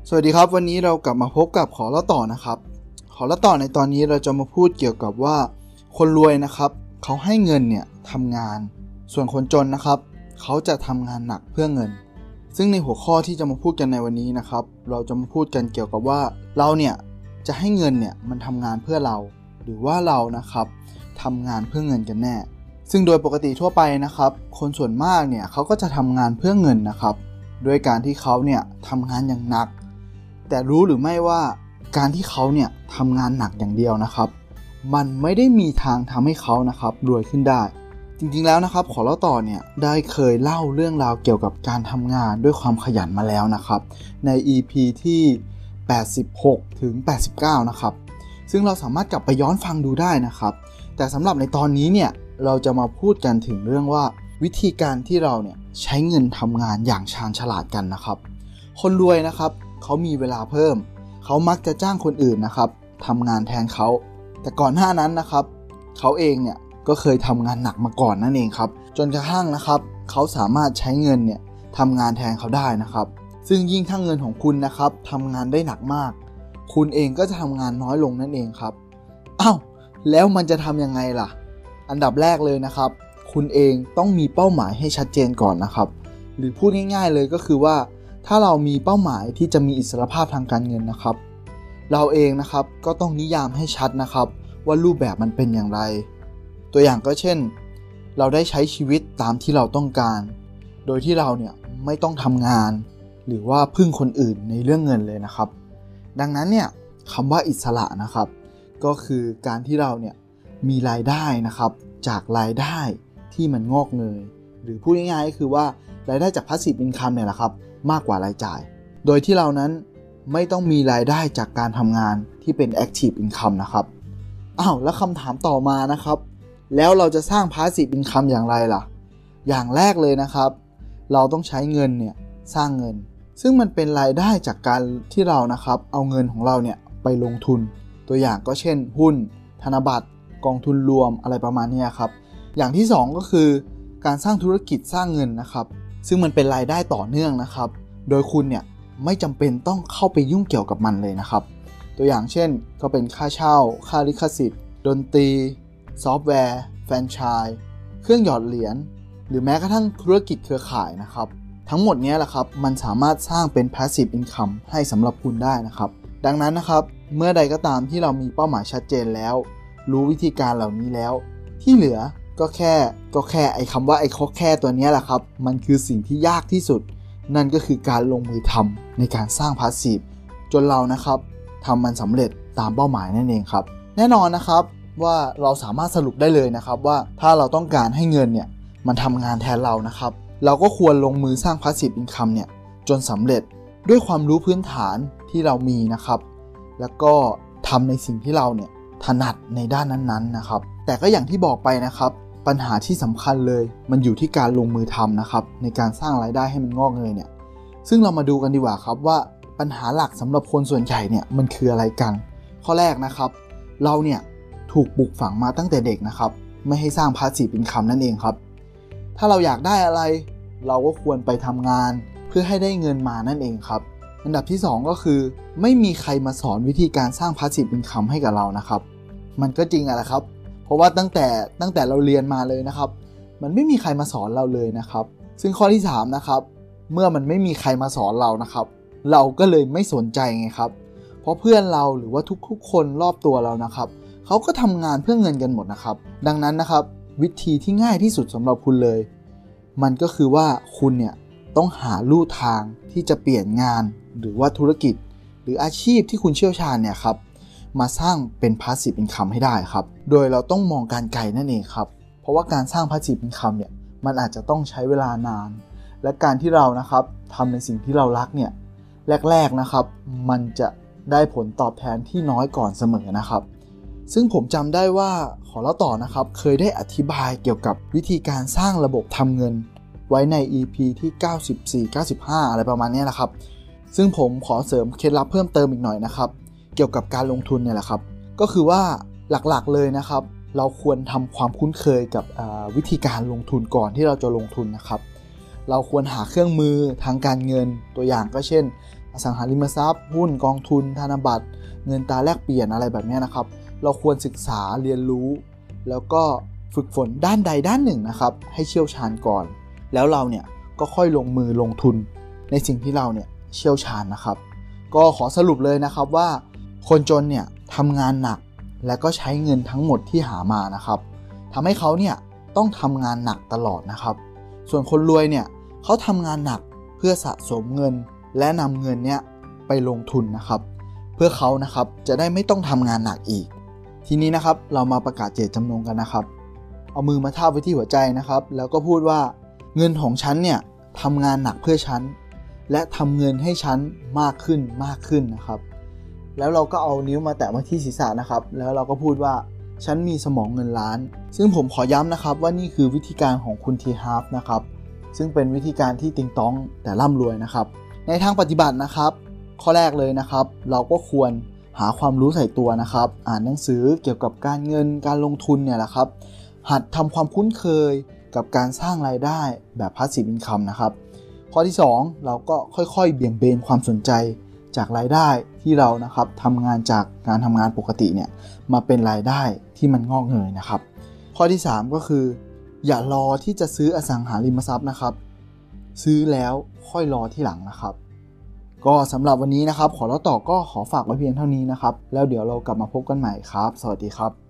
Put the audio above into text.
สวัสดีครับวันนี้เรากลับมาพบกับขอเล่าต่อนะครับขอเล่าต่อในตอนนี้เราจะมาพูดเกี่ยวกับว่าคนรวยนะครับเขาให้เงินเนี่ยทำงานส่วนคนจนนะครับเขาจะทำงานหนักเพื่อเงินซึ่งในหัวข้อที่จะมาพูดกันในวันนี้นะครับเราจะมาพูดกันเกี่ยวกับว่าเราเนี่ยจะให้เงินเนี่ยมันทำงานเพื่อเราหรือว่าเรานะครับทำงานเพื่อเงินกันแน่ซึ่งโดยปกติทั่วไปนะครับคนส่วนมากเนี่ยเขาก็จะทำงานเพื่อเงินนะครับด้วยการที่เขาเนี่ยทำงานอย่างหนักแต่รู้หรือไม่ว่าการที่เขาเนี่ยทำงานหนักอย่างเดียวนะครับมันไม่ได้มีทางทำให้เขานะครับรวยขึ้นได้จริงๆแล้วนะครับขอเล่าต่อเนี่ยได้เคยเล่าเรื่องราวเกี่ยวกับการทำงานด้วยความขยันมาแล้วนะครับใน EP ที่86ถึง89นะครับซึ่งเราสามารถกลับไปย้อนฟังดูได้นะครับแต่สำหรับในตอนนี้เนี่ยเราจะมาพูดกันถึงเรื่องว่าวิธีการที่เราเนี่ยใช้เงินทำงานอย่างชาญฉลาดกันนะครับคนรวยนะครับเขามีเวลาเพิ่มเขามักจะจ้างคนอื่นนะครับทำงานแทนเขาแต่ก่อนหน้านั้นนะครับเขาเองเนี่ยก็เคยทำงานหนักมาก่อนนั่นเองครับจนกระทั่งนะครับเขาสามารถใช้เงินเนี่ยทำงานแทนเขาได้นะครับซึ่งยิ่งถ้าเงินของคุณนะครับทำงานได้หนักมากคุณเองก็จะทำงานน้อยลงนั่นเองครับแล้วมันจะทำยังไงล่ะอันดับแรกเลยนะครับคุณเองต้องมีเป้าหมายให้ชัดเจนก่อนนะครับหรือพูดง่ายๆเลยก็คือว่าถ้าเรามีเป้าหมายที่จะมีอิสรภาพทางการเงินนะครับเราเองนะครับก็ต้องนิยามให้ชัดนะครับว่ารูปแบบมันเป็นอย่างไรตัวอย่างก็เช่นเราได้ใช้ชีวิตตามที่เราต้องการโดยที่เราเนี่ยไม่ต้องทำงานหรือว่าพึ่งคนอื่นในเรื่องเงินเลยนะครับดังนั้นเนี่ยคำว่าอิสระนะครับก็คือการที่เราเนี่ยมีรายได้นะครับจากรายได้ที่มันงอกเงยหรือพูดง่ายๆก็คือว่ารายได้จาก Passive Income เนี่ยแหละครับมากกว่ารายจ่ายโดยที่เรานั้นไม่ต้องมีรายได้จากการทำงานที่เป็น Active Income นะครับแล้วคำถามต่อมานะครับแล้วเราจะสร้าง Passive Income อย่างไรล่ะอย่างแรกเลยนะครับเราต้องใช้เงินเนี่ยสร้างเงินซึ่งมันเป็นรายได้จากการที่เรานะครับเอาเงินของเราเนี่ยไปลงทุนตัวอย่างก็เช่นหุ้นธนบัตรกองทุนรวมอะไรประมาณนี้ครับอย่างที่2ก็คือการสร้างธุรกิจสร้างเงินนะครับซึ่งมันเป็นรายได้ต่อเนื่องนะครับโดยคุณเนี่ยไม่จำเป็นต้องเข้าไปยุ่งเกี่ยวกับมันเลยนะครับตัวอย่างเช่นก็เป็นค่าเช่าค่าลิขสิทธิ์ดนตรีซอฟต์แวร์แฟรนไชส์เครื่องหยอดเหรียญหรือแม้กระทั่งธุรกิจเครือข่ายนะครับทั้งหมดนี้แหละครับมันสามารถสร้างเป็น Passive Income ให้สำหรับคุณได้นะครับดังนั้นนะครับเมื่อใดก็ตามที่เรามีเป้าหมายชัดเจนแล้วรู้วิธีการเหล่านี้แล้วที่เหลือก็แค่ไอ้คำว่าไอ้ข้อแค่ตัวนี้แหละครับมันคือสิ่งที่ยากที่สุดนั่นก็คือการลงมือทำในการสร้างพาสซีฟจนเรานะครับทำมันสำเร็จตามเป้าหมายนั่นเองครับแน่นอนนะครับว่าเราสามารถสรุปได้เลยนะครับว่าถ้าเราต้องการให้เงินเนี่ยมันทำงานแทนเรานะครับเราก็ควรลงมือสร้างพาสซีฟอินคัมเนี่ยจนสำเร็จด้วยความรู้พื้นฐานที่เรามีนะครับแล้วก็ทำในสิ่งที่เราเนี่ยถนัดในด้านนั้นๆนะครับแต่ก็อย่างที่บอกไปนะครับปัญหาที่สำคัญเลยมันอยู่ที่การลงมือทำนะครับในการสร้างรายได้ให้มันงอกเงยเนี่ยซึ่งเรามาดูกันดีกว่าครับว่าปัญหาหลักสำหรับคนส่วนใหญ่เนี่ยมันคืออะไรกันข้อแรกนะครับเราเนี่ยถูกปลูกฝังมาตั้งแต่เด็กนะครับไม่ให้สร้าง Passive Income นั่นเองครับถ้าเราอยากได้อะไรเราก็ควรไปทำงานเพื่อให้ได้เงินมานั่นเองครับอันดับที่2ก็คือไม่มีใครมาสอนวิธีการสร้าง Passive Income ให้กับเรานะครับมันก็จริงแหละครับเพราะว่าตั้งแต่เราเรียนมาเลยนะครับมันไม่มีใครมาสอนเราเลยนะครับซึ่งข้อที่3นะครับเมื่อมันไม่มีใครมาสอนเรานะครับเราก็เลยไม่สนใจไงครับเพราะเพื่อนเราหรือว่าทุกๆคนรอบตัวเรานะครับเขาก็ทำงานเพื่อเงินกันหมดนะครับดังนั้นนะครับวิธีที่ง่ายที่สุดสำหรับคุณเลยมันก็คือว่าคุณเนี่ยต้องหาลู่ทางที่จะเปลี่ยนงานหรือว่าธุรกิจหรืออาชีพที่คุณเชี่ยวชาญเนี่ยครับมาสร้างเป็น Passive Income ให้ได้ครับโดยเราต้องมองการไกลนั่นเองครับเพราะว่าการสร้าง Passive Income เนี่ยมันอาจจะต้องใช้เวลานานและการที่เรานะครับทำในสิ่งที่เรารักเนี่ยแรกๆนะครับมันจะได้ผลตอบแทนที่น้อยก่อนเสมอนะครับซึ่งผมจำได้ว่าขอเล่าต่อนะครับเคยได้อธิบายเกี่ยวกับวิธีการสร้างระบบทำเงินไว้ใน EP ที่94-95อะไรประมาณนี้แหละครับซึ่งผมขอเสริมเคล็ดลับเพิ่มเติมอีกหน่อยนะครับเกี่ยวกับการลงทุนเนี่ยแหละครับก็คือว่าหลักๆเลยนะครับเราควรทำความคุ้นเคยกับวิธีการลงทุนก่อนที่เราจะลงทุนนะครับเราควรหาเครื่องมือทางการเงินตัวอย่างก็เช่นอสังหาริมทรัพย์หุ้นกองทุนธนบัตรเงินตราแลกเปลี่ยนอะไรแบบนี้นะครับเราควรศึกษาเรียนรู้แล้วก็ฝึกฝนด้านใดด้านหนึ่งนะครับให้เชี่ยวชาญก่อนแล้วเราเนี่ยก็ค่อยลงมือลงทุนในสิ่งที่เราเนี่ยเชี่ยวชาญนะครับก็ขอสรุปเลยนะครับว่าคนจนเนี่ยทำงานหนักและก็ใช้เงินทั้งหมดที่หามานะครับทำให้เขาเนี่ยต้องทำงานหนักตลอดนะครับส่วนคนรวยเนี่ยเขาทำงานหนักเพื่อสะสมเงินและนำเงินเนี่ยไปลงทุนนะครับเพื่อเขานะครับจะได้ไม่ต้องทำงานหนักอีกทีนี้นะครับเรามาประกาศเจตจำนงกันนะครับเอามือมาทาบไว้ที่หัวใจนะครับแล้วก็พูดว่าเงินของฉันเนี่ยทำงานหนักเพื่อฉันและทำเงินให้ฉันมากขึ้นนะครับแล้วเราก็เอานิ้วมาแตะไว้ที่ศีรษะนะครับแล้วเราก็พูดว่าฉันมีสมองเงินล้านซึ่งผมขอย้ำนะครับว่านี่คือวิธีการของคุณทีฮาร์ฟนะครับซึ่งเป็นวิธีการที่ติงต้องแต่ร่ำรวยนะครับในทางปฏิบัตินะครับข้อแรกเลยนะครับเราก็ควรหาความรู้ใส่ตัวนะครับอ่านหนังสือเกี่ยวกับการเงินการลงทุนเนี่ยแหละครับหัดทำความคุ้นเคยกับการสร้างรายได้แบบ Passive Income นะครับข้อที่2เราก็ค่อยๆเบี่ยงเบนความสนใจจากรายได้ที่เรานะครับทำงานจากการทำงานปกติเนี่ยมาเป็นรายได้ที่มันงอกเงยนะครับข้อที่3ก็คืออย่ารอที่จะซื้ออสังหาริมทรัพย์นะครับซื้อแล้วค่อยรอที่หลังนะครับก็สำหรับวันนี้นะครับขอเล่าต่อก็ขอฝากไว้เพียงเท่านี้นะครับแล้วเดี๋ยวเรากลับมาพบกันใหม่ครับสวัสดีครับ